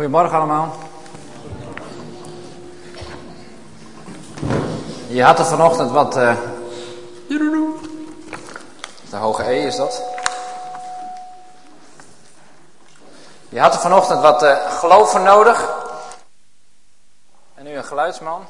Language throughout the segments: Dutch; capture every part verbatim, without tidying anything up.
Goedemorgen allemaal. Je had er vanochtend wat... Uh... De hoge E is dat. Je had er vanochtend wat uh, geloof voor nodig. En nu een geluidsman.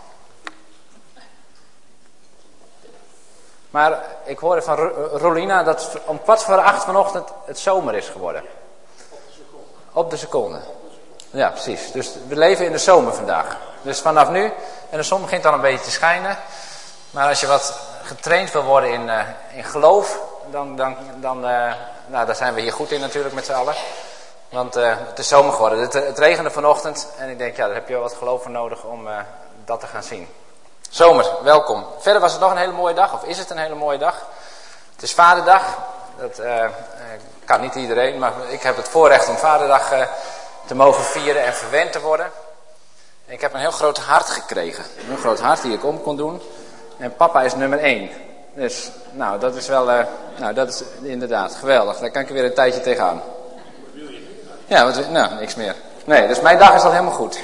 Maar ik hoorde van Rolina dat om kwart voor acht vanochtend het zomer is geworden. Op de seconde. Ja, precies. Dus we leven in de zomer vandaag. Dus vanaf nu, en de zon begint dan een beetje te schijnen. Maar als je wat getraind wil worden in, uh, in geloof, dan, dan, dan, uh, nou, daar zijn we hier goed in natuurlijk met z'n allen. Want uh, het is zomer geworden. Het, het regende vanochtend en ik denk, ja, daar heb je wel wat geloof voor nodig om uh, dat te gaan zien. Zomer, welkom. Verder was het nog een hele mooie dag, of is het een hele mooie dag. Het is Vaderdag. Dat uh, kan niet iedereen, maar ik heb het voorrecht om Vaderdag uh, te mogen vieren en verwend te worden. En ik heb een heel groot hart gekregen. Een heel groot hart die ik om kon doen. En papa is nummer één. Dus, nou, dat is wel, uh, nou, dat is inderdaad geweldig. Daar kan ik weer een tijdje tegenaan. Ja, wat, nou, niks meer. Nee, dus mijn dag is al helemaal goed.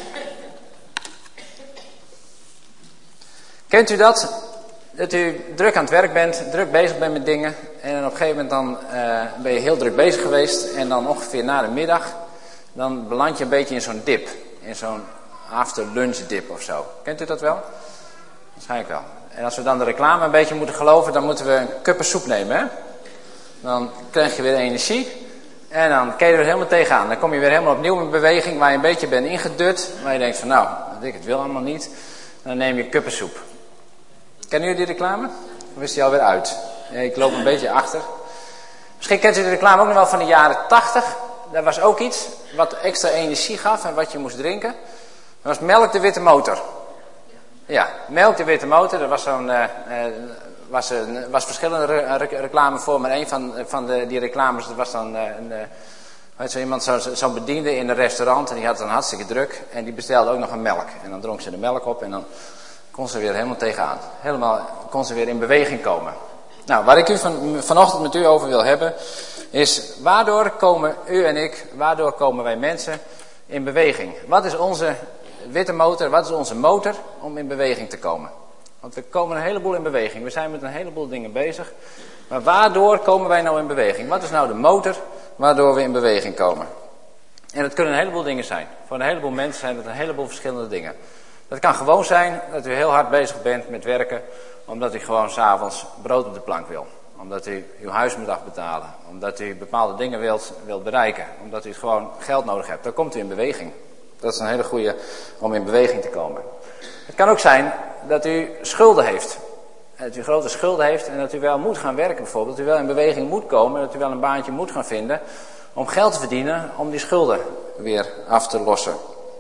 Kent u dat? Dat u druk aan het werk bent, druk bezig bent met dingen. En op een gegeven moment dan uh, ben je heel druk bezig geweest. En dan ongeveer na de middag, dan beland je een beetje in zo'n dip. In zo'n after lunch dip of zo. Kent u dat wel? Waarschijnlijk wel. En als we dan de reclame een beetje moeten geloven, dan moeten we een kuppen soep nemen. Hè? Dan krijg je weer energie. En dan keer je er helemaal tegenaan. Dan kom je weer helemaal opnieuw in beweging waar je een beetje bent ingedut. Waar je denkt van nou, ik het wil allemaal niet. Dan neem je kuppensoep. Kennen jullie die reclame? Of is die alweer uit? Ja, ik loop een beetje achter. Misschien kent u de reclame ook nog wel van de jaren tachtig. Daar was ook iets wat extra energie gaf en wat je moest drinken. Dat was melk de witte motor. Ja, melk de witte motor. Er was zo'n... Uh, uh, was, uh, was verschillende re- re- reclame voor. Maar een van, van de, die reclames, dat was dan... Uh, een, uh, weet zo iemand, zo'n zo bediende in een restaurant. En die had het dan hartstikke druk. En die bestelde ook nog een melk. En dan dronk ze de melk op en dan... kon ze weer helemaal tegenaan. Helemaal kon ze weer in beweging komen. Nou, waar ik u van, vanochtend met u over wil hebben, is waardoor komen u en ik, waardoor komen wij mensen in beweging? Wat is onze witte motor, wat is onze motor om in beweging te komen? Want we komen een heleboel in beweging. We zijn met een heleboel dingen bezig. Maar waardoor komen wij nou in beweging? Wat is nou de motor waardoor we in beweging komen? En dat kunnen een heleboel dingen zijn. Voor een heleboel mensen zijn dat een heleboel verschillende dingen. Dat kan gewoon zijn dat u heel hard bezig bent met werken, omdat u gewoon 's avonds brood op de plank wil. Omdat u uw huis moet afbetalen. Omdat u bepaalde dingen wilt, wilt bereiken. Omdat u gewoon geld nodig hebt. Dan komt u in beweging. Dat is een hele goede om in beweging te komen. Het kan ook zijn dat u schulden heeft. Dat u grote schulden heeft en dat u wel moet gaan werken bijvoorbeeld. Dat u wel in beweging moet komen. Dat u wel een baantje moet gaan vinden om geld te verdienen om die schulden weer af te lossen.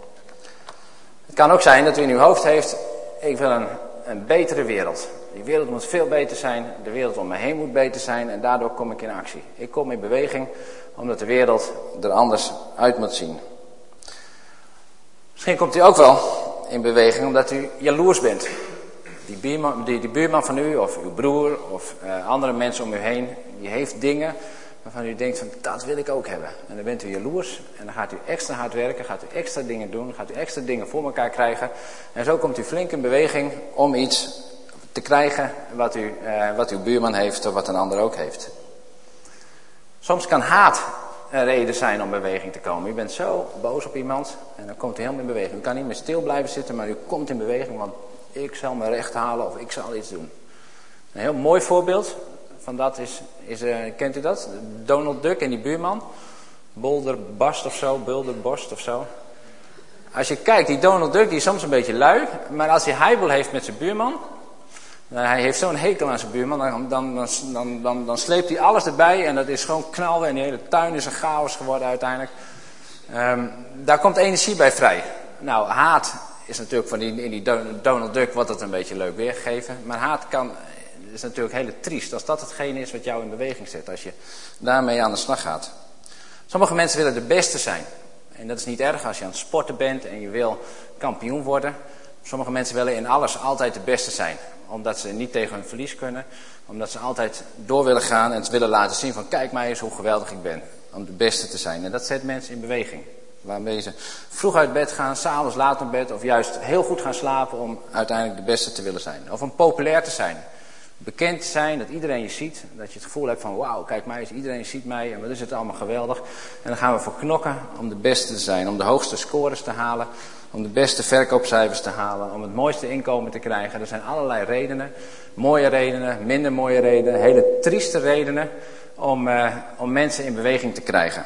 Het kan ook zijn dat u in uw hoofd heeft, ik wil een, een betere wereld. Die wereld moet veel beter zijn, de wereld om me heen moet beter zijn en daardoor kom ik in actie. Ik kom in beweging omdat de wereld er anders uit moet zien. Misschien komt u ook wel in beweging omdat u jaloers bent. Die buurman, die, die buurman van u of uw broer of uh, andere mensen om u heen, die heeft dingen waarvan u denkt van dat wil ik ook hebben. En dan bent u jaloers en dan gaat u extra hard werken, gaat u extra dingen doen, gaat u extra dingen voor elkaar krijgen. En zo komt u flink in beweging om iets te krijgen wat, u, uh, wat uw buurman heeft of wat een ander ook heeft. Soms kan haat een reden zijn om in beweging te komen. U bent zo boos op iemand en dan komt u helemaal in beweging. U kan niet meer stil blijven zitten, maar u komt in beweging, want ik zal mijn recht halen of ik zal iets doen. Een heel mooi voorbeeld van dat is, is uh, kent u dat? Donald Duck en die buurman. Boulderbarst of zo, Bulderborst of zo. Als je kijkt, die Donald Duck die is soms een beetje lui, maar als hij heibel heeft met zijn buurman, nou, hij heeft zo'n hekel aan zijn buurman, dan, dan, dan, dan, dan, dan sleept hij alles erbij en dat is gewoon knallen en die hele tuin is een chaos geworden uiteindelijk. Um, daar komt energie bij vrij. Nou, haat is natuurlijk van die, in die Donald Duck wordt dat een beetje leuk weergegeven, maar haat kan... Het is natuurlijk heel triest als dat hetgene is wat jou in beweging zet. Als je daarmee aan de slag gaat. Sommige mensen willen de beste zijn. En dat is niet erg als je aan het sporten bent en je wil kampioen worden. Sommige mensen willen in alles altijd de beste zijn. Omdat ze niet tegen hun verlies kunnen. Omdat ze altijd door willen gaan en het willen laten zien van kijk mij eens hoe geweldig ik ben. Om de beste te zijn. En dat zet mensen in beweging. Waarmee ze vroeg uit bed gaan, 's avonds laat naar bed of juist heel goed gaan slapen om uiteindelijk de beste te willen zijn. Of om populair te zijn. Bekend te zijn, dat iedereen je ziet. Dat je het gevoel hebt van wauw, kijk mij eens, iedereen ziet mij en wat is het allemaal geweldig. En dan gaan we voor knokken om de beste te zijn, om de hoogste scores te halen. Om de beste verkoopcijfers te halen, om het mooiste inkomen te krijgen. Er zijn allerlei redenen, mooie redenen, minder mooie redenen, hele trieste redenen om, uh, om mensen in beweging te krijgen.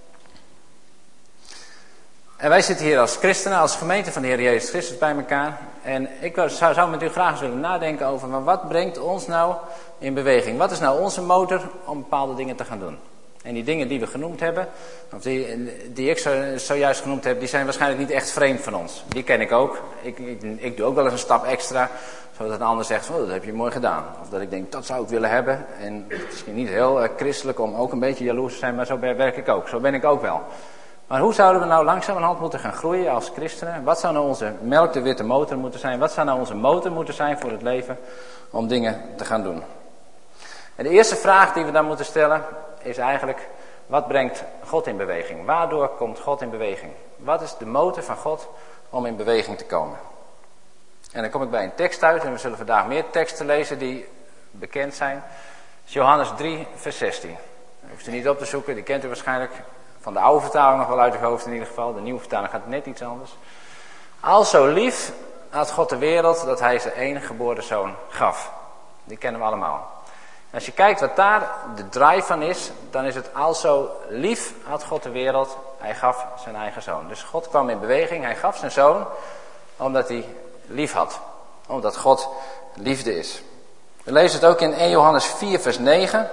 En wij zitten hier als christenen, als gemeente van de Heer Jezus Christus bij elkaar. En ik zou, zou met u graag eens willen nadenken over, maar wat brengt ons nou in beweging? Wat is nou onze motor om bepaalde dingen te gaan doen? En die dingen die we genoemd hebben, of die, die ik zo, zojuist genoemd heb, die zijn waarschijnlijk niet echt vreemd van ons. Die ken ik ook. Ik, ik, ik doe ook wel eens een stap extra, zodat een ander zegt, oh, dat heb je mooi gedaan. Of dat ik denk, dat zou ik willen hebben. En het is misschien niet heel uh, christelijk om ook een beetje jaloers te zijn, maar zo werk ik ook. Zo ben ik ook wel. Maar hoe zouden we nou langzamerhand moeten gaan groeien als christenen? Wat zou nou onze melk de witte motor moeten zijn? Wat zou nou onze motor moeten zijn voor het leven om dingen te gaan doen? En de eerste vraag die we dan moeten stellen is eigenlijk, wat brengt God in beweging? Waardoor komt God in beweging? Wat is de motor van God om in beweging te komen? En dan kom ik bij een tekst uit en we zullen vandaag meer teksten lezen die bekend zijn. Johannes drie, vers zestien. U hoeft u niet op te zoeken, die kent u waarschijnlijk van de oude vertaling nog wel uit het hoofd in ieder geval. De nieuwe vertaling gaat net iets anders. Al zo lief had God de wereld dat hij zijn enige geboren zoon gaf. Die kennen we allemaal. En als je kijkt wat daar de draai van is, dan is het al zo lief had God de wereld, hij gaf zijn eigen zoon. Dus God kwam in beweging, hij gaf zijn zoon, omdat hij lief had. Omdat God liefde is. We lezen het ook in eerste Johannes vier vers negen.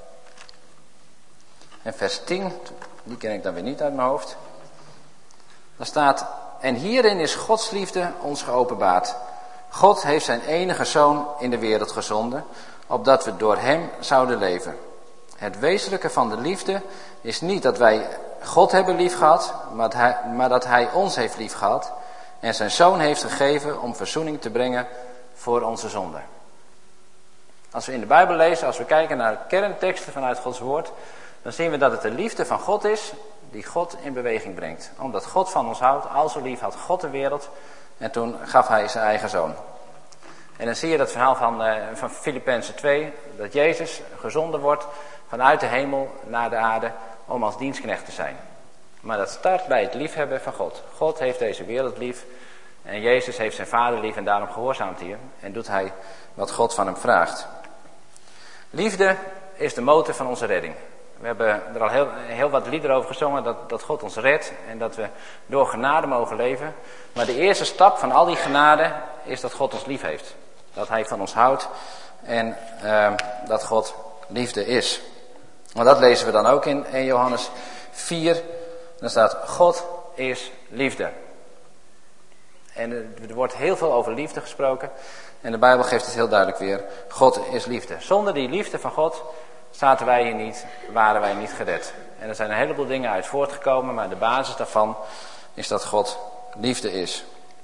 En vers tien, die ken ik dan weer niet uit mijn hoofd. Daar staat, en hierin is Gods liefde ons geopenbaard. God heeft zijn enige zoon in de wereld gezonden, opdat we door hem zouden leven. Het wezenlijke van de liefde is niet dat wij God hebben liefgehad, maar, hij, maar dat hij ons heeft liefgehad en zijn zoon heeft gegeven om verzoening te brengen voor onze zonden. Als we in de Bijbel lezen, als we kijken naar kernteksten vanuit Gods woord, dan zien we dat het de liefde van God is die God in beweging brengt. Omdat God van ons houdt, al zo lief had God de wereld en toen gaf hij zijn eigen zoon. En dan zie je dat verhaal van, uh, van Filippenzen twee, dat Jezus gezonden wordt vanuit de hemel naar de aarde om als dienstknecht te zijn. Maar dat start bij het liefhebben van God. God heeft deze wereld lief en Jezus heeft zijn vader lief en daarom gehoorzaamt hij hem en doet hij wat God van hem vraagt. Liefde is de motor van onze redding. We hebben er al heel, heel wat liederen over gezongen dat, dat God ons redt en dat we door genade mogen leven. Maar de eerste stap van al die genade is dat God ons lief heeft. Dat hij van ons houdt en uh, dat God liefde is. Maar dat lezen we dan ook in eerste Johannes vier. Dan staat, God is liefde. En er wordt heel veel over liefde gesproken. En de Bijbel geeft het heel duidelijk weer. God is liefde. Zonder die liefde van God zaten wij hier niet, waren wij niet gered. En er zijn een heleboel dingen uit voortgekomen, maar de basis daarvan is dat God liefde is.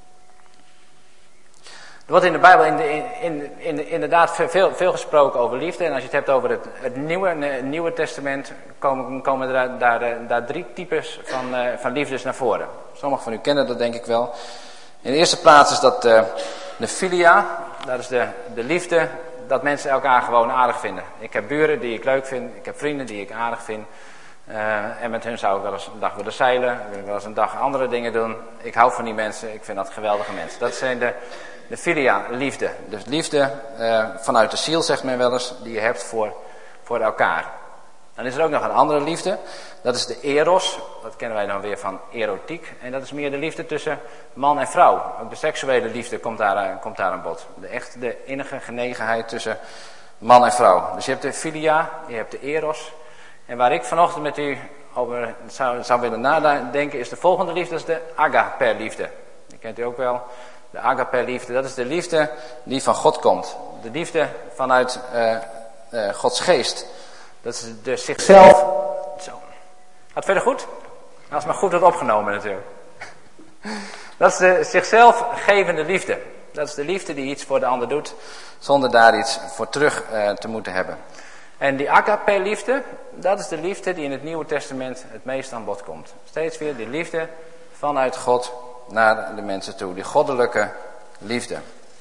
Er wordt in de Bijbel in de, in, in, inderdaad veel, veel gesproken over liefde. En als je het hebt over het, het nieuwe, het nieuwe testament, komen, komen er daar, daar, daar drie types van, uh, van liefdes naar voren. Sommigen van u kennen dat denk ik wel. In de eerste plaats is dat uh, de philia. Dat is de, de liefde dat mensen elkaar gewoon aardig vinden. Ik heb buren die ik leuk vind. Ik heb vrienden die ik aardig vind. Uh, en met hun zou ik wel eens een dag willen zeilen. Ik wil wel eens een dag andere dingen doen. Ik hou van die mensen. Ik vind dat geweldige mensen. Dat zijn de, de philia, liefde. Dus liefde uh, vanuit de ziel, zegt men wel eens, die je hebt voor, voor elkaar. Dan is er ook nog een andere liefde. Dat is de eros. Dat kennen wij dan weer van erotiek. En dat is meer de liefde tussen man en vrouw. Ook de seksuele liefde komt daar, komt daar aan bod. De echt de innige genegenheid tussen man en vrouw. Dus je hebt de philia, je hebt de eros. En waar ik vanochtend met u over zou, zou willen nadenken is de volgende liefde, dat is de agape-liefde. Die kent u ook wel. De agape-liefde, dat is de liefde die van God komt. De liefde vanuit uh, uh, Gods geest. Dat is de zichzelf... Zo. Gaat verder goed? Dat is maar goed wordt opgenomen natuurlijk. Dat is de zichzelf gevende liefde. Dat is de liefde die iets voor de ander doet, zonder daar iets voor terug uh, te moeten hebben. En die agape-liefde, dat is de liefde die in het Nieuwe Testament het meest aan bod komt. Steeds weer die liefde vanuit God naar de mensen toe. Die goddelijke liefde.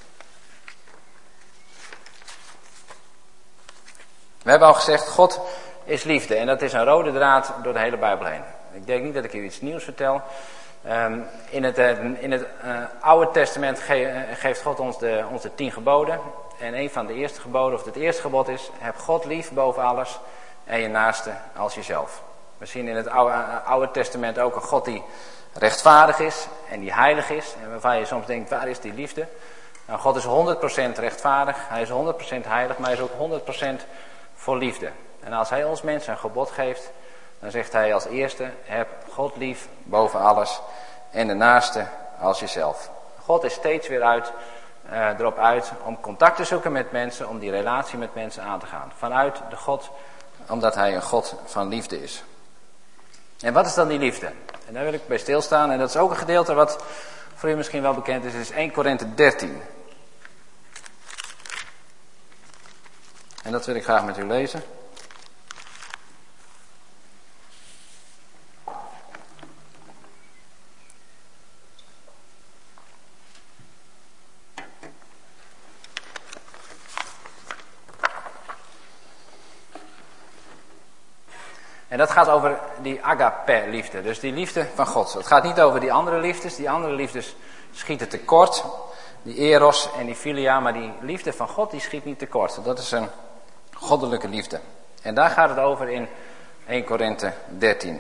We hebben al gezegd, God is liefde. En dat is een rode draad door de hele Bijbel heen. Ik denk niet dat ik u iets nieuws vertel. Um, in het, uh, in het uh, Oude Testament ge- geeft God ons de, ons de tien geboden. En een van de eerste geboden, of het eerste gebod is, heb God lief boven alles en je naaste als jezelf. We zien in het Oude, uh, Oude Testament ook een God die rechtvaardig is en die heilig is. En waarvan je soms denkt, waar is die liefde? Nou, God is honderd procent rechtvaardig, hij is honderd procent heilig, maar hij is ook honderd procent voor liefde. En als hij ons mensen een gebod geeft, dan zegt hij als eerste, heb God lief boven alles en de naaste als jezelf. God is steeds weer uit, uh, erop uit om contact te zoeken met mensen, om die relatie met mensen aan te gaan. Vanuit de God, omdat hij een God van liefde is. En wat is dan die liefde? En daar wil ik bij stilstaan. En dat is ook een gedeelte wat voor u misschien wel bekend is. Het is Eerste Korinthe dertien. En dat wil ik graag met u lezen. En dat gaat over die agape-liefde, dus die liefde van God. Het gaat niet over die andere liefdes. Die andere liefdes schieten tekort. Die eros en die philia, maar die liefde van God die schiet niet tekort. Dat is een goddelijke liefde. En daar gaat het over in Eerste Korinthe dertien.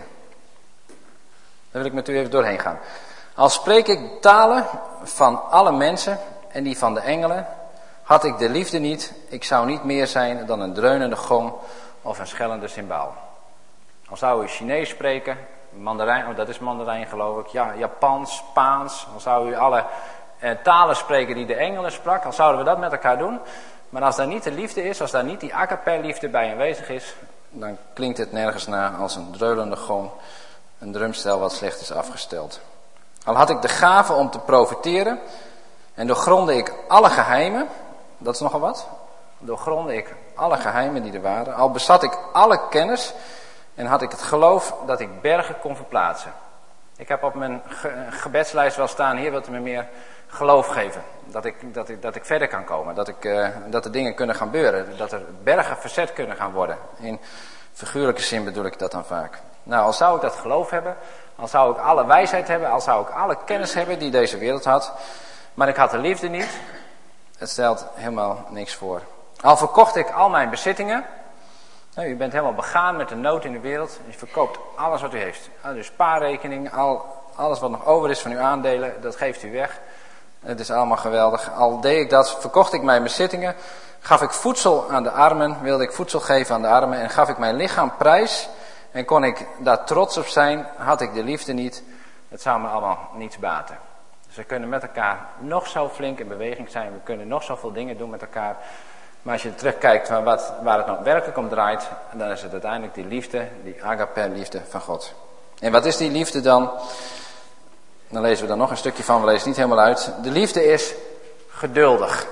Daar wil ik met u even doorheen gaan. Al spreek ik talen van alle mensen en die van de engelen, had ik de liefde niet, ik zou niet meer zijn dan een dreunende gong of een schellende cymbaal. Al zou u Chinees spreken, Mandarijn, oh dat is Mandarijn geloof ik, ja, Japans, Spaans. Dan zou u alle eh, talen spreken die de engelen sprak. Dan zouden we dat met elkaar doen. Maar als daar niet de liefde is, als daar niet die agape-liefde bij aanwezig is, dan klinkt het nergens na als een dreulende gong, een drumstel wat slecht is afgesteld. Al had ik de gave om te profiteren en doorgronde ik alle geheimen, dat is nogal wat, doorgronde ik alle geheimen die er waren. Al bezat ik alle kennis en had ik het geloof dat ik bergen kon verplaatsen. Ik heb op mijn ge- gebedslijst wel staan, Heer, wilt u me meer geloof geven. Dat ik, dat ik, dat ik verder kan komen, dat, ik, uh, dat er dingen kunnen gaan gebeuren, dat er bergen verzet kunnen gaan worden. In figuurlijke zin bedoel ik dat dan vaak. Nou, al zou ik dat geloof hebben, al zou ik alle wijsheid hebben, al zou ik alle kennis hebben die deze wereld had, maar ik had de liefde niet, het stelt helemaal niks voor. Al verkocht ik al mijn bezittingen. Nou, u bent helemaal begaan met de nood in de wereld. U verkoopt alles wat u heeft. Nou, dus spaarrekening, al, alles wat nog over is van uw aandelen, dat geeft u weg. Het is allemaal geweldig. Al deed ik dat, verkocht ik mijn bezittingen, gaf ik voedsel aan de armen, wilde ik voedsel geven aan de armen en gaf ik mijn lichaam prijs en kon ik daar trots op zijn, had ik de liefde niet, het zou me allemaal niets baten. Dus we kunnen met elkaar nog zo flink in beweging zijn, we kunnen nog zoveel dingen doen met elkaar. Maar als je terugkijkt van wat, waar het nou werkelijk om draait, dan is het uiteindelijk die liefde, die agape-liefde van God. En wat is die liefde dan? Dan lezen we er nog een stukje van, we lezen het niet helemaal uit. De liefde is geduldig.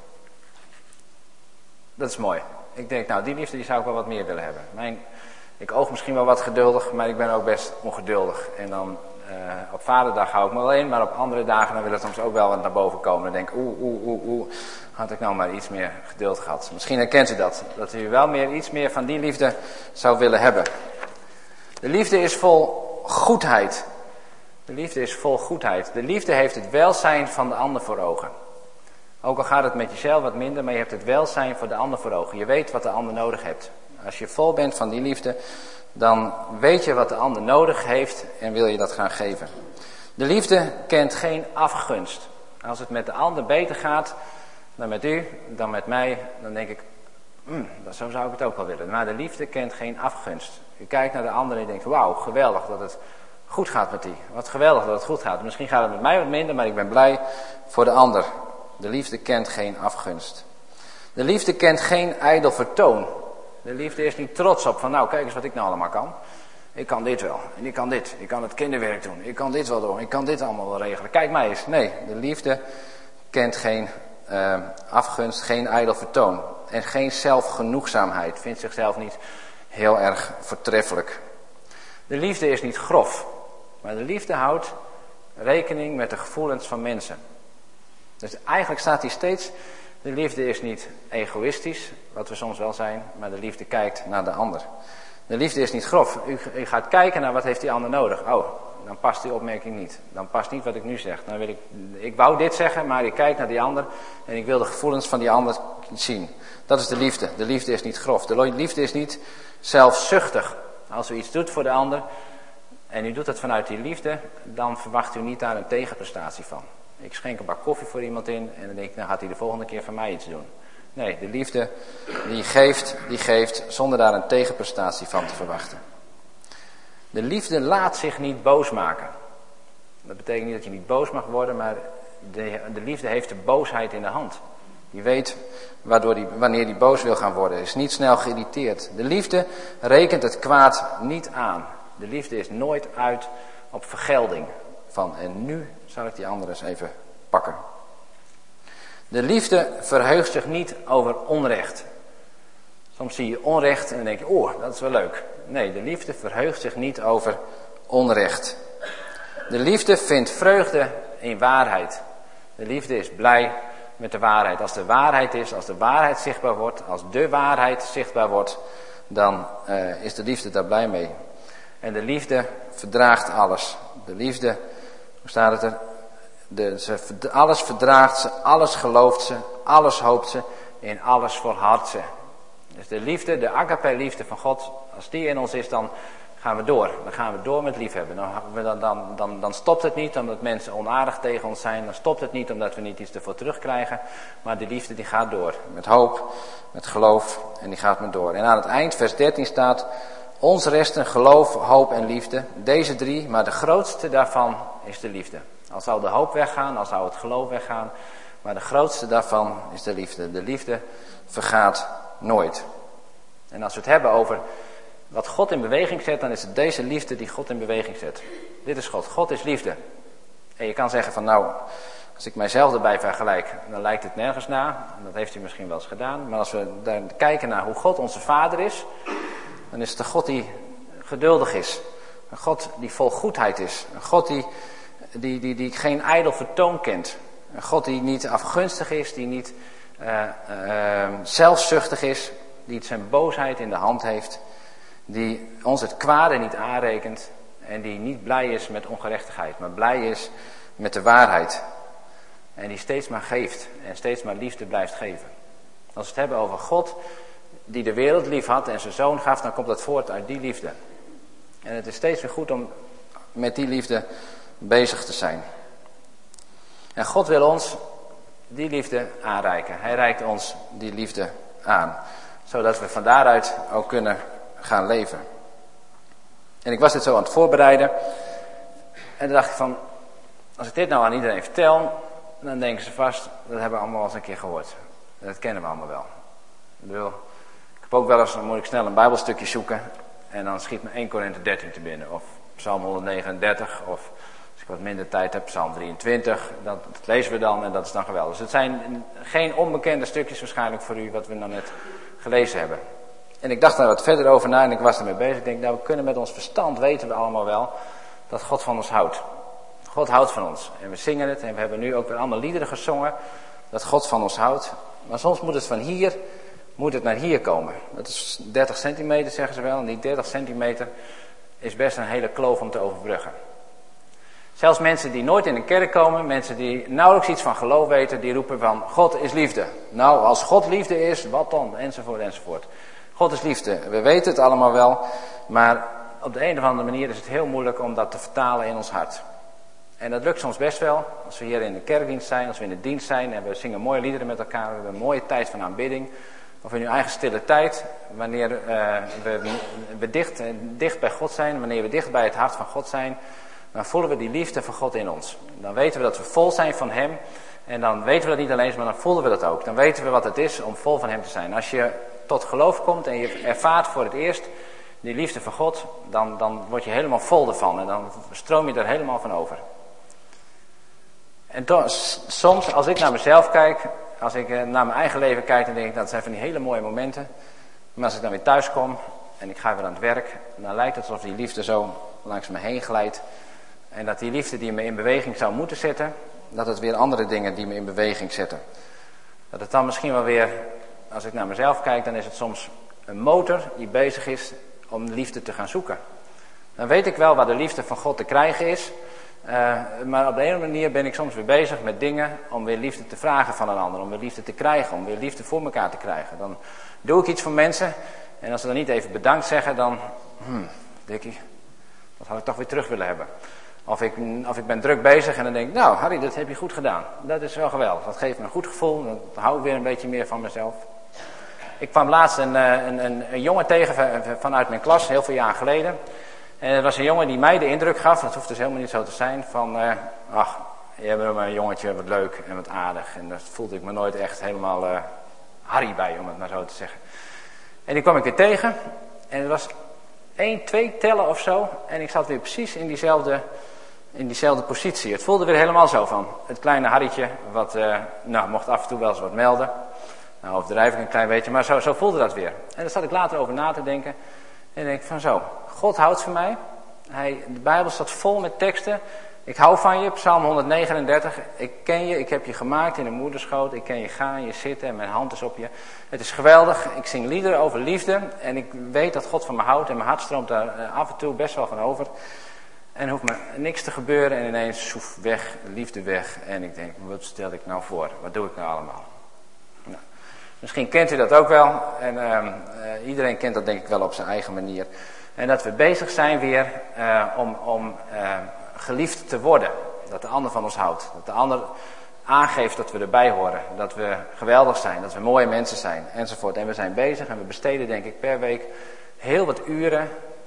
Dat is mooi. Ik denk, nou die liefde die zou ik wel wat meer willen hebben. Mijn, ik oog misschien wel wat geduldig, maar ik ben ook best ongeduldig. En dan uh, op vaderdag hou ik me wel in, maar op andere dagen dan wil het soms ook wel wat naar boven komen. Dan denk ik, oeh, oeh, oeh, oeh. Had ik nou maar iets meer geduld gehad. Misschien herkent u dat. Dat u wel meer, iets meer van die liefde zou willen hebben. De liefde is vol goedheid. De liefde is vol goedheid. De liefde heeft het welzijn van de ander voor ogen. Ook al gaat het met jezelf wat minder, maar je hebt het welzijn voor de ander voor ogen. Je weet wat de ander nodig heeft. Als je vol bent van die liefde, dan weet je wat de ander nodig heeft en wil je dat gaan geven. De liefde kent geen afgunst. Als het met de ander beter gaat dan met u, dan met mij, dan denk ik, mm, zo zou ik het ook wel willen. Maar de liefde kent geen afgunst. U kijkt naar de ander en je denkt, wauw, geweldig dat het goed gaat met die. Wat geweldig dat het goed gaat. Misschien gaat het met mij wat minder, maar ik ben blij voor de ander. De liefde kent geen afgunst. De liefde kent geen ijdel vertoon. De liefde is niet trots op van, nou kijk eens wat ik nou allemaal kan. Ik kan dit wel. En ik kan dit. Ik kan het kinderwerk doen. Ik kan dit wel doen. Ik kan dit allemaal wel regelen. Kijk mij eens. Nee, de liefde kent geen uh, afgunst, geen ijdel vertoon. en geen zelfgenoegzaamheid. Vindt zichzelf niet heel erg voortreffelijk. De liefde is niet grof, maar de liefde houdt rekening met de gevoelens van mensen. Dus eigenlijk staat hier steeds, de liefde is niet egoïstisch, wat we soms wel zijn, maar de liefde kijkt naar de ander. De liefde is niet grof. U, u gaat kijken naar wat heeft die ander nodig. Oh, dan past die opmerking niet. Dan past niet wat ik nu zeg. Dan wil ik, ik wou dit zeggen, maar ik kijk naar die ander en ik wil de gevoelens van die ander zien. Dat is de liefde. De liefde is niet grof. De liefde is niet zelfzuchtig. Als u iets doet voor de ander en u doet het vanuit die liefde, dan verwacht u niet daar een tegenprestatie van. Ik schenk een bak koffie voor iemand in en dan denk ik, dan gaat hij de volgende keer van mij iets doen. Nee, de liefde die geeft, die geeft zonder daar een tegenprestatie van te verwachten. De liefde laat zich niet boos maken. Dat betekent niet dat je niet boos mag worden, maar de, de liefde heeft de boosheid in de hand. Die weet waardoor die, wanneer die boos wil gaan worden, is niet snel geïrriteerd. De liefde rekent het kwaad niet aan. De liefde is nooit uit op vergelding. Van en nu zal ik die andere eens even pakken. De liefde verheugt zich niet over onrecht. Soms zie je onrecht en dan denk je, oh, dat is wel leuk. Nee, de liefde verheugt zich niet over onrecht. De liefde vindt vreugde in waarheid. De liefde is blij met de waarheid. Als de waarheid is, als de waarheid zichtbaar wordt, als de waarheid zichtbaar wordt, dan uh, is de liefde daar blij mee. En de liefde verdraagt alles. De liefde, hoe staat het er? De, ze, alles verdraagt ze, alles gelooft ze, alles hoopt ze, in alles volhardt ze. Dus de liefde, de agape-liefde van God, als die in ons is, dan gaan we door. Dan gaan we door met liefhebben. Dan, dan, dan, dan, dan stopt het niet omdat mensen onaardig tegen ons zijn. Dan stopt het niet omdat we niet iets ervoor terugkrijgen. Maar die liefde die gaat door. Met hoop, met geloof en die gaat maar door. En aan het eind, vers dertien staat, ons resten geloof, hoop en liefde. Deze drie, maar de grootste daarvan is de liefde. Al zou de hoop weggaan, al zou het geloof weggaan. Maar de grootste daarvan is de liefde. De liefde vergaat nooit. En als we het hebben over wat God in beweging zet, dan is het deze liefde die God in beweging zet. Dit is God. God is liefde. En je kan zeggen van nou, als ik mijzelf erbij vergelijk, dan lijkt het nergens na. En dat heeft u misschien wel eens gedaan. Maar als we daar kijken naar hoe God onze Vader is, dan is het een God die geduldig is. Een God die vol goedheid is. Een God die, die, die, die geen ijdel vertoon kent. Een God die niet afgunstig is, die niet uh, uh, zelfzuchtig is, die zijn boosheid in de hand heeft, die ons het kwade niet aanrekent en die niet blij is met ongerechtigheid, maar blij is met de waarheid. En die steeds maar geeft en steeds maar liefde blijft geven. Als we het hebben over God die de wereld lief had en zijn zoon gaf, dan komt dat voort uit die liefde. En het is steeds weer goed om met die liefde bezig te zijn. En God wil ons die liefde aanreiken. Hij reikt ons die liefde aan. Zodat we van daaruit ook kunnen gaan leven. En ik was dit zo aan het voorbereiden. En toen dacht ik van, als ik dit nou aan iedereen vertel, dan denken ze vast, dat hebben we allemaal wel eens een keer gehoord. En dat kennen we allemaal wel. Ik bedoel, ik heb ook wel eens, dan moet ik snel een bijbelstukje zoeken. En dan schiet me Eerste Korinthe dertien te binnen. Of Psalm honderdnegenendertig. Of als ik wat minder tijd heb, Psalm drieëntwintig. Dat, dat lezen we dan en dat is dan geweldig. Dus het zijn geen onbekende stukjes waarschijnlijk voor u wat we nou net gelezen hebben. En ik dacht daar wat verder over na en ik was ermee bezig. Ik denk, nou we kunnen met ons verstand, weten we allemaal wel, dat God van ons houdt. God houdt van ons. En we zingen het en we hebben nu ook weer allemaal liederen gezongen. Dat God van ons houdt. Maar soms moet het van hier, moet het naar hier komen. Dat is dertig centimeter zeggen ze wel. En die dertig centimeter is best een hele kloof om te overbruggen. Zelfs mensen die nooit in een kerk komen, mensen die nauwelijks iets van geloof weten, die roepen van God is liefde. Nou, als God liefde is, wat dan? Enzovoort, enzovoort. God is liefde. We weten het allemaal wel, maar op de een of andere manier is het heel moeilijk om dat te vertalen in ons hart. En dat lukt soms best wel, als we hier in de kerkdienst zijn, als we in de dienst zijn en we zingen mooie liederen met elkaar, we hebben een mooie tijd van aanbidding. Of in uw eigen stille tijd, wanneer uh, we, we dicht, dicht bij God zijn, wanneer we dicht bij het hart van God zijn, dan voelen we die liefde van God in ons. Dan weten we dat we vol zijn van Hem. En dan weten we dat niet alleen, maar dan voelen we dat ook. Dan weten we wat het is om vol van Hem te zijn. Als je tot geloof komt en je ervaart voor het eerst die liefde van God, dan, dan word je helemaal vol ervan. En dan stroom je er helemaal van over. En to, soms, als ik naar mezelf kijk, Als ik naar mijn eigen leven kijk, dan denk ik, dat zijn van die hele mooie momenten. Maar als ik dan weer thuis kom en ik ga weer aan het werk, dan lijkt het alsof die liefde zo langs me heen glijdt. En dat die liefde die me in beweging zou moeten zetten, dat het weer andere dingen die me in beweging zetten. Dat het dan misschien wel weer, als ik naar mezelf kijk, dan is het soms een motor die bezig is om liefde te gaan zoeken. Dan weet ik wel waar de liefde van God te krijgen is. Uh, maar op de ene manier ben ik soms weer bezig met dingen om weer liefde te vragen van een ander. Om weer liefde te krijgen, om weer liefde voor elkaar te krijgen. Dan doe ik iets voor mensen en als ze dan niet even bedankt zeggen, dan, hmm, Dikkie, dat had ik toch weer terug willen hebben. Of ik, of ik ben druk bezig en dan denk ik, nou Harry, dat heb je goed gedaan. Dat is wel geweldig, dat geeft me een goed gevoel, dan hou ik weer een beetje meer van mezelf. Ik kwam laatst een, een, een, een jongen tegen vanuit mijn klas, heel veel jaar geleden. En het was een jongen die mij de indruk gaf, dat hoeft dus helemaal niet zo te zijn, van, uh, ach, je bent maar een jongetje, wat leuk en wat aardig. En daar voelde ik me nooit echt helemaal uh, Harry bij, om het maar zo te zeggen. En die kwam ik weer tegen en het was één, twee tellen of zo. En ik zat weer precies in diezelfde, in diezelfde positie. Het voelde weer helemaal zo van het kleine Harrytje, wat, uh, nou, mocht af en toe wel eens wat melden. Nou, overdrijf ik een klein beetje, maar zo, zo voelde dat weer. En daar zat ik later over na te denken. En denk ik van zo, God houdt van mij. Hij, de Bijbel staat vol met teksten. Ik hou van je, Psalm honderdnegenendertig. Ik ken je, ik heb je gemaakt in de moederschoot. Ik ken je gaan, je zitten en mijn hand is op je. Het is geweldig. Ik zing liederen over liefde. En ik weet dat God van me houdt. En mijn hart stroomt daar af en toe best wel van over. En er hoeft me niks te gebeuren. En ineens soef weg, liefde weg. En ik denk, wat stel ik nou voor? Wat doe ik nou allemaal? Nou, misschien kent u dat ook wel. En uh, uh, iedereen kent dat denk ik wel op zijn eigen manier. En dat we bezig zijn weer uh, om, om uh, geliefd te worden. Dat de ander van ons houdt. Dat de ander aangeeft dat we erbij horen. Dat we geweldig zijn. Dat we mooie mensen zijn. Enzovoort. En we zijn bezig en we besteden denk ik per week heel wat uren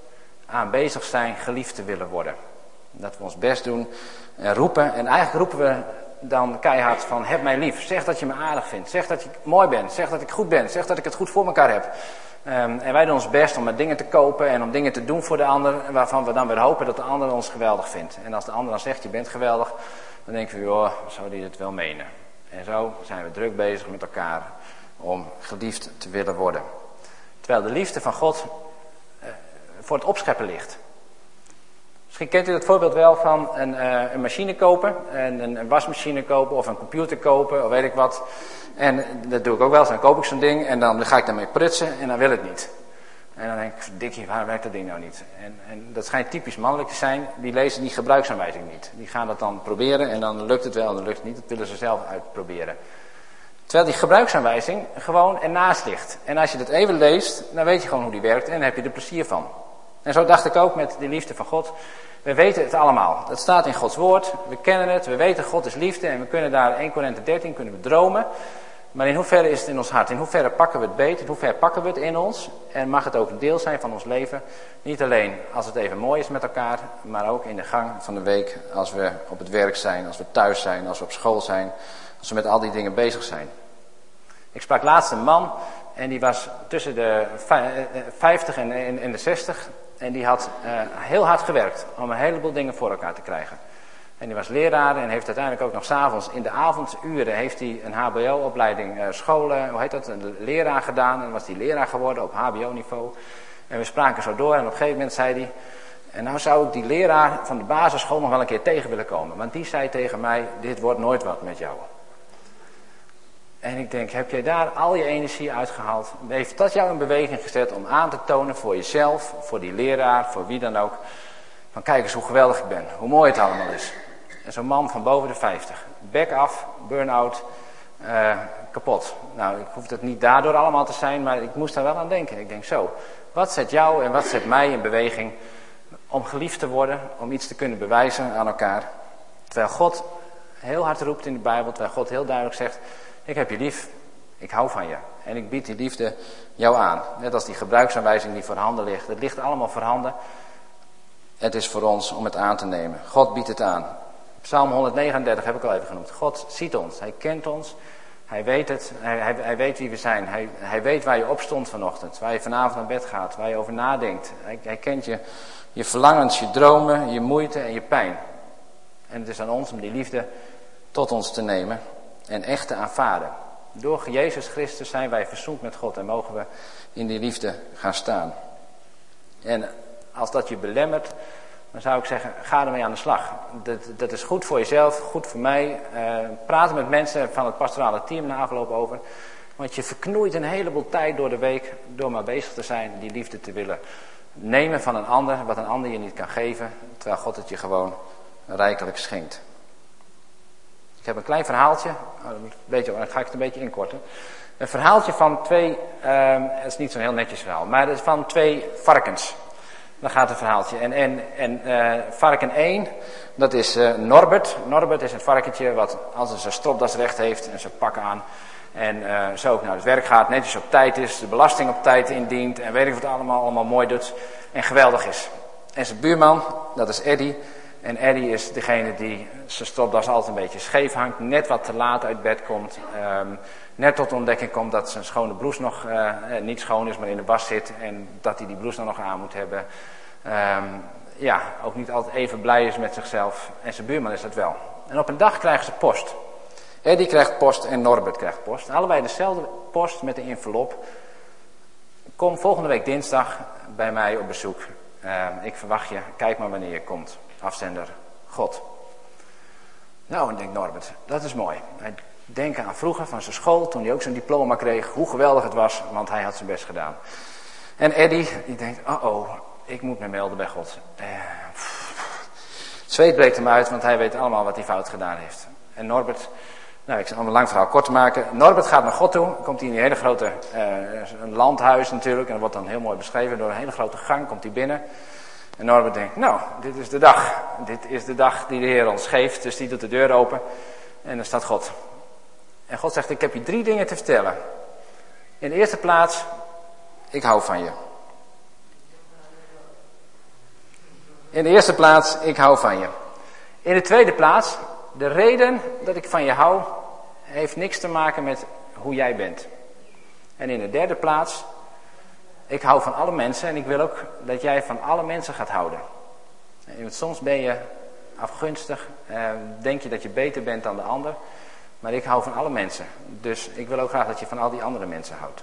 aan bezig zijn geliefd te willen worden. Dat we ons best doen en roepen. En eigenlijk roepen we dan keihard van heb mij lief. Zeg dat je me aardig vindt. Zeg dat ik mooi ben. Zeg dat ik goed ben. Zeg dat ik het goed voor elkaar heb. Um, en wij doen ons best om met dingen te kopen en om dingen te doen voor de ander, waarvan we dan weer hopen dat de ander ons geweldig vindt. En als de ander dan zegt, je bent geweldig, dan denken we, joh, zou die het wel menen? En zo zijn we druk bezig met elkaar om geliefd te willen worden. Terwijl de liefde van God uh, voor het opscheppen ligt. Misschien kent u het voorbeeld wel van een, uh, een machine kopen, een, een, een wasmachine kopen of een computer kopen of weet ik wat. En dat doe ik ook wel eens, dan koop ik zo'n ding en dan ga ik daarmee prutsen en dan wil het niet. En dan denk ik, dikkie, waar werkt dat ding nou niet? En, en dat schijnt typisch mannelijk te zijn, die lezen die gebruiksaanwijzing niet. Die gaan dat dan proberen en dan lukt het wel en dan lukt het niet, dat willen ze zelf uitproberen. Terwijl die gebruiksaanwijzing gewoon ernaast ligt. En als je dat even leest, dan weet je gewoon hoe die werkt en dan heb je er plezier van. En zo dacht ik ook met die liefde van God. We weten het allemaal. Dat staat in Gods woord. We kennen het. We weten God is liefde. En we kunnen daar Eerste Korinthe dertien kunnen we dromen. Maar in hoeverre is het in ons hart? In hoeverre pakken we het beet? In hoeverre pakken we het in ons? En mag het ook een deel zijn van ons leven? Niet alleen als het even mooi is met elkaar. Maar ook in de gang van de week. Als we op het werk zijn. Als we thuis zijn. Als we op school zijn. Als we met al die dingen bezig zijn. Ik sprak laatst een man. En die was tussen de vijftig en de zestig. En die had uh, heel hard gewerkt om een heleboel dingen voor elkaar te krijgen. En die was leraar en heeft uiteindelijk ook nog 's avonds in de avonduren heeft hij een H B O-opleiding uh, scholen, hoe heet dat, een leraar gedaan. En was hij leraar geworden op H B O-niveau. En we spraken zo door en op een gegeven moment zei hij, en nou zou ik die leraar van de basisschool nog wel een keer tegen willen komen. Want die zei tegen mij, dit wordt nooit wat met jou. En ik denk, heb jij daar al je energie uitgehaald? Heeft dat jou in beweging gezet om aan te tonen voor jezelf, voor die leraar, voor wie dan ook. Van kijk eens hoe geweldig ik ben, hoe mooi het allemaal is. En zo'n man van boven de vijftig. Bek af, burn-out, uh, kapot. Nou, ik hoef het niet daardoor allemaal te zijn, maar ik moest daar wel aan denken. Ik denk zo, wat zet jou en wat zet mij in beweging om geliefd te worden, om iets te kunnen bewijzen aan elkaar. Terwijl God heel hard roept in de Bijbel, terwijl God heel duidelijk zegt, ik heb je lief, ik hou van je en ik bied die liefde jou aan. Net als die gebruiksaanwijzing die voorhanden ligt. Het ligt allemaal voorhanden. Het is voor ons om het aan te nemen. God biedt het aan. Psalm honderdnegenendertig heb ik al even genoemd. God ziet ons, hij kent ons, hij weet het, hij, hij, hij weet wie we zijn. Hij, hij weet waar je opstond vanochtend, waar je vanavond naar bed gaat, waar je over nadenkt. Hij, hij kent je, je verlangens, je dromen, je moeite en je pijn. En het is aan ons om die liefde tot ons te nemen en echt te aanvaarden. Door Jezus Christus zijn wij verzoend met God en mogen we in die liefde gaan staan. En als dat je belemmert, dan zou ik zeggen, ga ermee aan de slag. Dat, dat is goed voor jezelf, goed voor mij. Uh, praten met mensen van het pastorale team na afloop over. Want je verknoeit een heleboel tijd door de week door maar bezig te zijn, die liefde te willen nemen van een ander, wat een ander je niet kan geven, terwijl God het je gewoon rijkelijk schenkt. Ik heb een klein verhaaltje, een beetje, dan ga ik het een beetje inkorten. Een verhaaltje van twee, uh, het is niet zo'n heel netjes verhaal, maar het is van twee varkens. Dan gaat het verhaaltje. En, en, en uh, varken één, dat is uh, Norbert. Norbert is het varkentje wat als hij zijn stropdas recht heeft en zijn pak aan. En uh, zo ook naar het werk gaat, netjes op tijd is, de belasting op tijd indient en weet ik wat allemaal, allemaal mooi doet en geweldig is. En zijn buurman, dat is Eddie. En Eddie is degene die zijn stropdas altijd een beetje scheef hangt, net wat te laat uit bed komt. Um, net tot ontdekking komt dat zijn schone blouse nog uh, niet schoon is, maar in de was zit en dat hij die blouse dan nog aan moet hebben. Um, ja, ook niet altijd even blij is met zichzelf. En zijn buurman is dat wel. En op een dag krijgen ze post. Eddie krijgt post en Norbert krijgt post. Allebei dezelfde post met een envelop. Kom volgende week dinsdag bij mij op bezoek. Uh, ik verwacht je, kijk maar wanneer je komt. Afzender God. Nou, denkt Norbert, dat is mooi. Hij denkt aan vroeger van zijn school, toen hij ook zijn diploma kreeg, hoe geweldig het was, want hij had zijn best gedaan. En Eddie, die denkt, oh oh, ik moet me melden bij God. Uh, het zweet breekt hem uit, want hij weet allemaal wat hij fout gedaan heeft. En Norbert, nou, ik zal een lang verhaal kort te maken. Norbert gaat naar God toe, komt hij in een hele grote, uh, een landhuis natuurlijk, en dat wordt dan heel mooi beschreven, door een hele grote gang komt hij binnen. En Norbert denkt, nou, dit is de dag. Dit is de dag die de Heer ons geeft. Dus die doet de deur open. En dan staat God. En God zegt, ik heb je drie dingen te vertellen. In de eerste plaats, ik hou van je. In de eerste plaats, ik hou van je. In de tweede plaats, de reden dat ik van je hou, heeft niks te maken met hoe jij bent. En in de derde plaats, ik hou van alle mensen en ik wil ook dat jij van alle mensen gaat houden. Want soms ben je afgunstig, eh, denk je dat je beter bent dan de ander. Maar ik hou van alle mensen. Dus ik wil ook graag dat je van al die andere mensen houdt.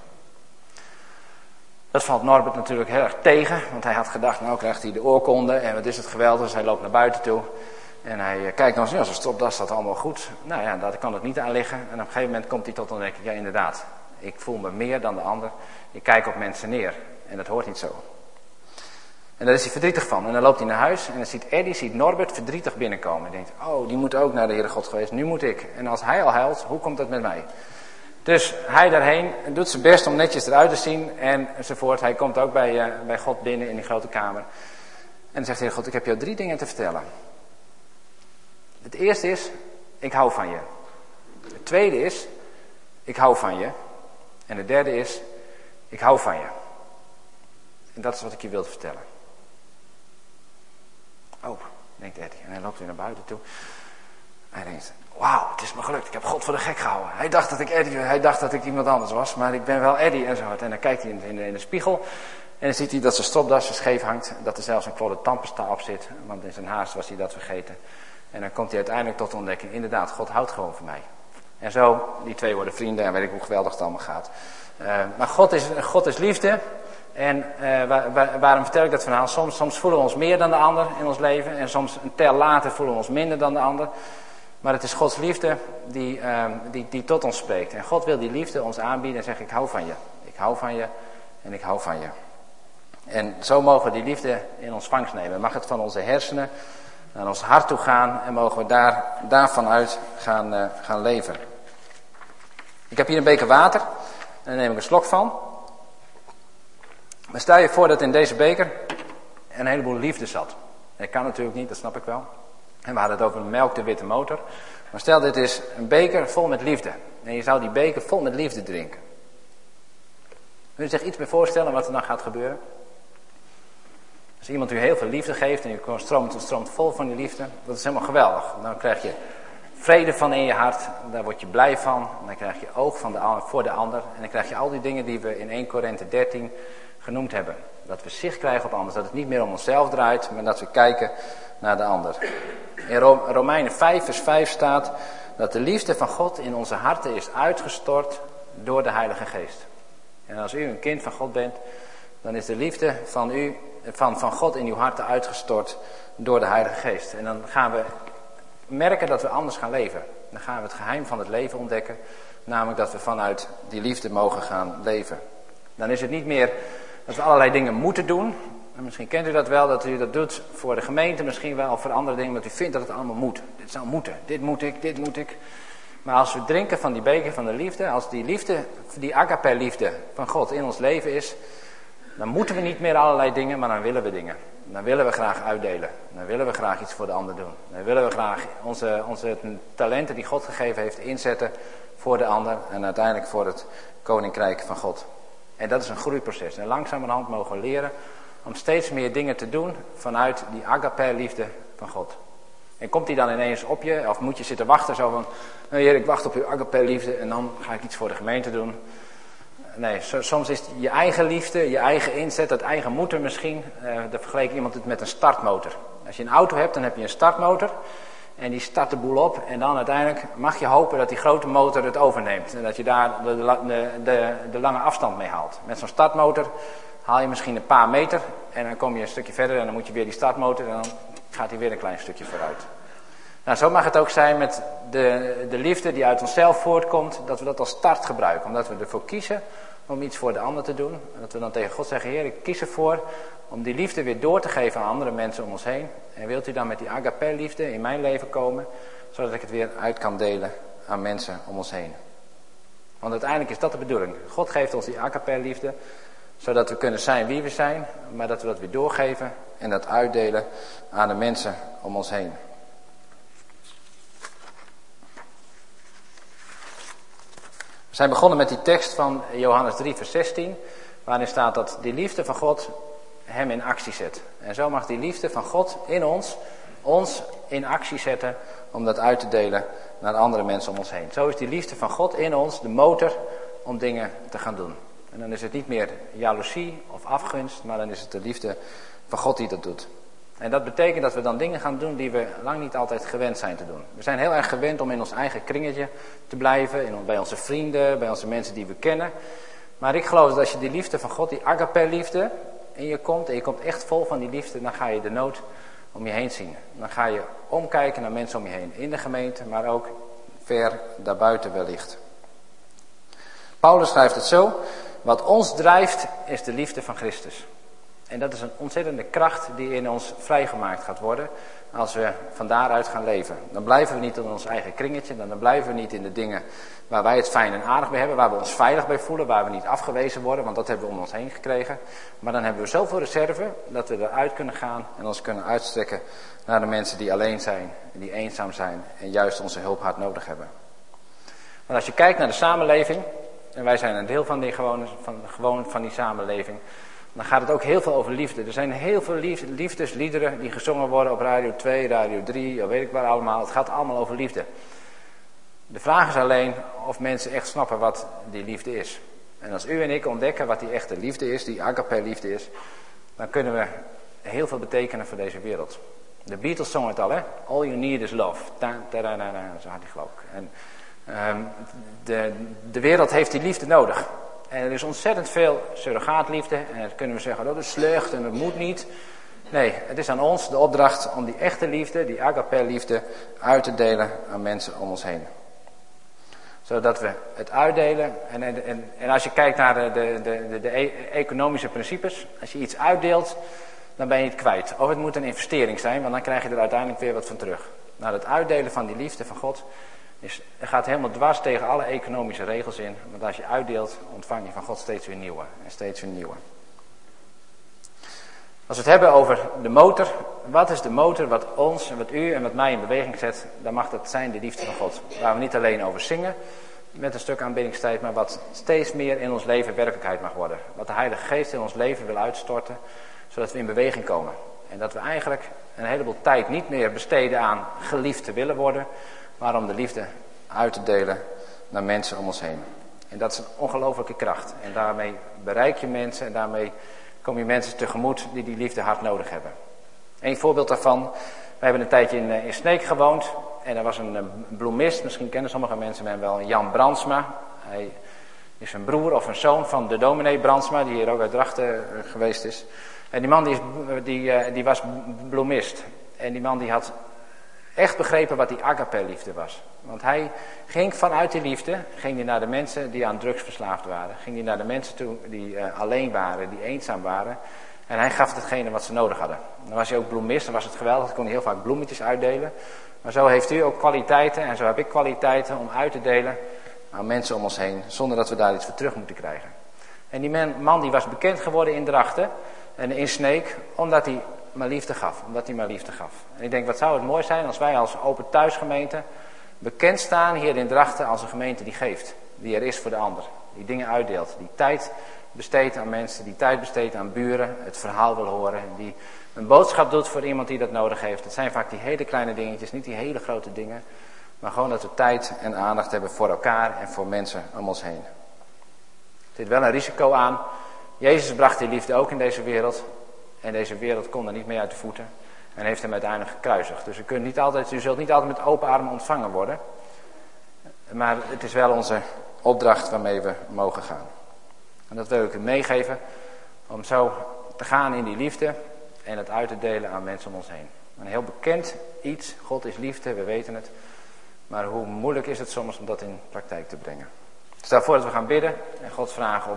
Dat valt Norbert natuurlijk heel erg tegen. Want hij had gedacht, nou krijgt hij de oorkonde en wat is het geweldig. Dus hij loopt naar buiten toe. En hij kijkt dan, ja, zijn stropdas staat allemaal goed. Nou ja, daar kan het niet aan liggen. En op een gegeven moment komt hij tot ontdekking, ja inderdaad. Ik voel me meer dan de ander. Ik kijk op mensen neer. En dat hoort niet zo. En daar is hij verdrietig van. En dan loopt hij naar huis. En dan ziet Eddie, ziet Norbert verdrietig binnenkomen. En denkt, oh, die moet ook naar de Heere God geweest. Nu moet ik. En als hij al huilt, hoe komt dat met mij? Dus hij daarheen doet zijn best om netjes eruit te zien. En enzovoort. Hij komt ook bij, uh, bij God binnen in die grote kamer. En dan zegt de Heere God, ik heb jou drie dingen te vertellen. Het eerste is, ik hou van je. Het tweede is, ik hou van je. En het derde is, ik hou van je. En dat is wat ik je wilde vertellen. Oh, denkt Eddie. En hij loopt weer naar buiten toe. Hij denkt, wauw, het is me gelukt. Ik heb God voor de gek gehouden. Hij dacht dat ik Eddie, hij dacht dat ik iemand anders was. Maar ik ben wel Eddie en zo. En dan kijkt hij in de, in de, in de spiegel. En dan ziet hij dat zijn stropdas scheef hangt. Dat er zelfs een klolle tandpasta op zit. Want in zijn haast was hij dat vergeten. En dan komt hij uiteindelijk tot de ontdekking. Inderdaad, God houdt gewoon van mij. En zo, die twee worden vrienden. En weet ik hoe geweldig het allemaal gaat. Uh, maar God is, God is liefde. En uh, waar, waar, waarom vertel ik dat verhaal? Soms, soms voelen we ons meer dan de ander in ons leven. En soms een tel later voelen we ons minder dan de ander. Maar het is Gods liefde die, uh, die, die tot ons spreekt. En God wil die liefde ons aanbieden en zegt, ik hou van je. Ik hou van je en ik hou van je. En zo mogen we die liefde in ontvangst nemen. Mag het van onze hersenen naar ons hart toe gaan. En mogen we daar, daarvan uit gaan, uh, gaan leven. Ik heb hier een beker water. En daar neem ik een slok van. Maar stel je voor dat in deze beker een heleboel liefde zat. Dat kan natuurlijk niet, dat snap ik wel. En we hadden het over een melk de witte motor. Maar stel dit is een beker vol met liefde. En je zou die beker vol met liefde drinken. Kun je zich iets meer voorstellen wat er dan gaat gebeuren? Als iemand u heel veel liefde geeft en u stroomt, stroomt vol van die liefde. Dat is helemaal geweldig. Dan krijg je vrede van in je hart. Daar word je blij van. Dan krijg je oog van de, voor de ander. En dan krijg je al die dingen die we in eerste Korinthe dertien genoemd hebben. Dat we zicht krijgen op anders. Dat het niet meer om onszelf draait, maar dat we kijken naar de ander. In Romeinen vijf vers vijf staat dat de liefde van God in onze harten is uitgestort door de Heilige Geest. En als u een kind van God bent, dan is de liefde van, u, van, van God in uw harten uitgestort door de Heilige Geest. En dan gaan we merken dat we anders gaan leven. Dan gaan we het geheim van het leven ontdekken. Namelijk dat we vanuit die liefde mogen gaan leven. Dan is het niet meer dat we allerlei dingen moeten doen. En misschien kent u dat wel, dat u dat doet voor de gemeente. Misschien wel voor andere dingen, dat u vindt dat het allemaal moet. Dit zou moeten, dit moet ik, dit moet ik. Maar als we drinken van die beker van de liefde, als die liefde, die agape liefde van God in ons leven is, dan moeten we niet meer allerlei dingen, maar dan willen we dingen. Dan willen we graag uitdelen. Dan willen we graag iets voor de ander doen. Dan willen we graag onze, onze talenten die God gegeven heeft inzetten voor de ander en uiteindelijk voor het koninkrijk van God. En dat is een groeiproces. En langzamerhand mogen we leren om steeds meer dingen te doen vanuit die agape liefde van God. En komt die dan ineens op je, of moet je zitten wachten zo van, nou Heer, ik wacht op uw agape liefde en dan ga ik iets voor de gemeente doen. Nee, soms is je eigen liefde, je eigen inzet, dat eigen moeten misschien, eh, daar vergeleek iemand het met een startmotor. Als je een auto hebt, dan heb je een startmotor en die start de boel op en dan uiteindelijk mag je hopen dat die grote motor het overneemt. En dat je daar de, de, de, de lange afstand mee haalt. Met zo'n startmotor haal je misschien een paar meter en dan kom je een stukje verder en dan moet je weer die startmotor en dan gaat hij weer een klein stukje vooruit. Nou, zo mag het ook zijn met de, de liefde die uit onszelf voortkomt, dat we dat als start gebruiken. Omdat we ervoor kiezen om iets voor de ander te doen. En dat we dan tegen God zeggen, Heer, ik kies ervoor om die liefde weer door te geven aan andere mensen om ons heen. En wilt u dan met die agape liefde in mijn leven komen, zodat ik het weer uit kan delen aan mensen om ons heen. Want uiteindelijk is dat de bedoeling. God geeft ons die agape liefde, zodat we kunnen zijn wie we zijn, maar dat we dat weer doorgeven en dat uitdelen aan de mensen om ons heen. We zijn begonnen met die tekst van Johannes drie vers zestien, waarin staat dat die liefde van God hem in actie zet. En zo mag die liefde van God in ons, ons in actie zetten om dat uit te delen naar andere mensen om ons heen. Zo is die liefde van God in ons de motor om dingen te gaan doen. En dan is het niet meer jaloezie of afgunst, maar dan is het de liefde van God die dat doet. En dat betekent dat we dan dingen gaan doen die we lang niet altijd gewend zijn te doen. We zijn heel erg gewend om in ons eigen kringetje te blijven, in, bij onze vrienden, bij onze mensen die we kennen. Maar ik geloof dat als je die liefde van God, die agape liefde in je komt, en je komt echt vol van die liefde, dan ga je de nood om je heen zien. Dan ga je omkijken naar mensen om je heen, in de gemeente, maar ook ver daarbuiten wellicht. Paulus schrijft het zo, wat ons drijft is de liefde van Christus. En dat is een ontzettende kracht die in ons vrijgemaakt gaat worden als we van daaruit gaan leven. Dan blijven we niet in ons eigen kringetje, dan blijven we niet in de dingen waar wij het fijn en aardig bij hebben, waar we ons veilig bij voelen, waar we niet afgewezen worden, want dat hebben we om ons heen gekregen. Maar dan hebben we zoveel reserve dat we eruit kunnen gaan en ons kunnen uitstrekken naar de mensen die alleen zijn, die eenzaam zijn en juist onze hulp hard nodig hebben. Want als je kijkt naar de samenleving, en wij zijn een deel van die, gewoon, van, gewoon van die samenleving, dan gaat het ook heel veel over liefde. Er zijn heel veel liefdesliederen die gezongen worden op Radio twee, Radio drie, weet ik waar allemaal. Het gaat allemaal over liefde. De vraag is alleen of mensen echt snappen wat die liefde is. En als u en ik ontdekken wat die echte liefde is, die agape liefde is, dan kunnen we heel veel betekenen voor deze wereld. De Beatles zongen het al, hè? All you need is love. Ta -ta -da -da -da, zo had die geloof ik. En um, de, de wereld heeft die liefde nodig. En er is ontzettend veel surrogaatliefde. En dan kunnen we zeggen, dat is slecht en dat moet niet. Nee, het is aan ons de opdracht om die echte liefde, die agape liefde, uit te delen aan mensen om ons heen. Zodat we het uitdelen. En, en, en als je kijkt naar de, de, de, de economische principes. Als je iets uitdeelt, dan ben je het kwijt. Of het moet een investering zijn, want dan krijg je er uiteindelijk weer wat van terug. Nou, het uitdelen van die liefde van God is, gaat helemaal dwars tegen alle economische regels in. Want als je uitdeelt, ontvang je van God steeds weer nieuwe. En steeds weer nieuwe. Als we het hebben over de motor. Wat is de motor wat ons en wat u en wat mij in beweging zet? Dan mag dat zijn de liefde van God. Waar we niet alleen over zingen met een stuk aanbiddingstijd. Maar wat steeds meer in ons leven werkelijkheid mag worden. Wat de Heilige Geest in ons leven wil uitstorten. Zodat we in beweging komen. En dat we eigenlijk een heleboel tijd niet meer besteden aan geliefd te willen worden. Maar om de liefde uit te delen naar mensen om ons heen. En dat is een ongelofelijke kracht. En daarmee bereik je mensen en daarmee kom je mensen tegemoet die die liefde hard nodig hebben. Eén voorbeeld daarvan. We hebben een tijdje in, in Sneek gewoond. En er was een, een bloemist, misschien kennen sommige mensen hem wel, Jan Brandsma. Hij is een broer of een zoon van de dominee Brandsma, die hier ook uit Drachten geweest is. En die man die, is, die, die was bloemist. En die man die had echt begrepen wat die agape-liefde was. Want hij ging vanuit die liefde, ging hij naar de mensen die aan drugs verslaafd waren. Ging hij naar de mensen toe die uh, alleen waren, die eenzaam waren. En hij gaf hetgene wat ze nodig hadden. Dan was hij ook bloemist, dan was het geweldig, dan kon hij heel vaak bloemetjes uitdelen. Maar zo heeft u ook kwaliteiten en zo heb ik kwaliteiten om uit te delen aan mensen om ons heen, zonder dat we daar iets voor terug moeten krijgen. En die man, man die was bekend geworden in Drachten en in Sneek, omdat hij maar liefde gaf. Omdat hij maar liefde gaf. En ik denk, wat zou het mooi zijn als wij als Open Thuisgemeente bekend staan hier in Drachten als een gemeente die geeft. Die er is voor de ander. Die dingen uitdeelt. Die tijd besteedt aan mensen. Die tijd besteedt aan buren. Het verhaal wil horen. Die een boodschap doet voor iemand die dat nodig heeft. Het zijn vaak die hele kleine dingetjes. Niet die hele grote dingen. Maar gewoon dat we tijd en aandacht hebben voor elkaar en voor mensen om ons heen. Er zit wel een risico aan. Jezus bracht die liefde ook in deze wereld. En deze wereld kon er niet mee uit de voeten. En heeft hem uiteindelijk gekruisigd. Dus u, kunt niet altijd, u zult niet altijd met open armen ontvangen worden. Maar het is wel onze opdracht waarmee we mogen gaan. En dat wil ik u meegeven. Om zo te gaan in die liefde. En het uit te delen aan mensen om ons heen. Een heel bekend iets. God is liefde, we weten het. Maar hoe moeilijk is het soms om dat in praktijk te brengen. Stel voor dat we gaan bidden. En God vragen om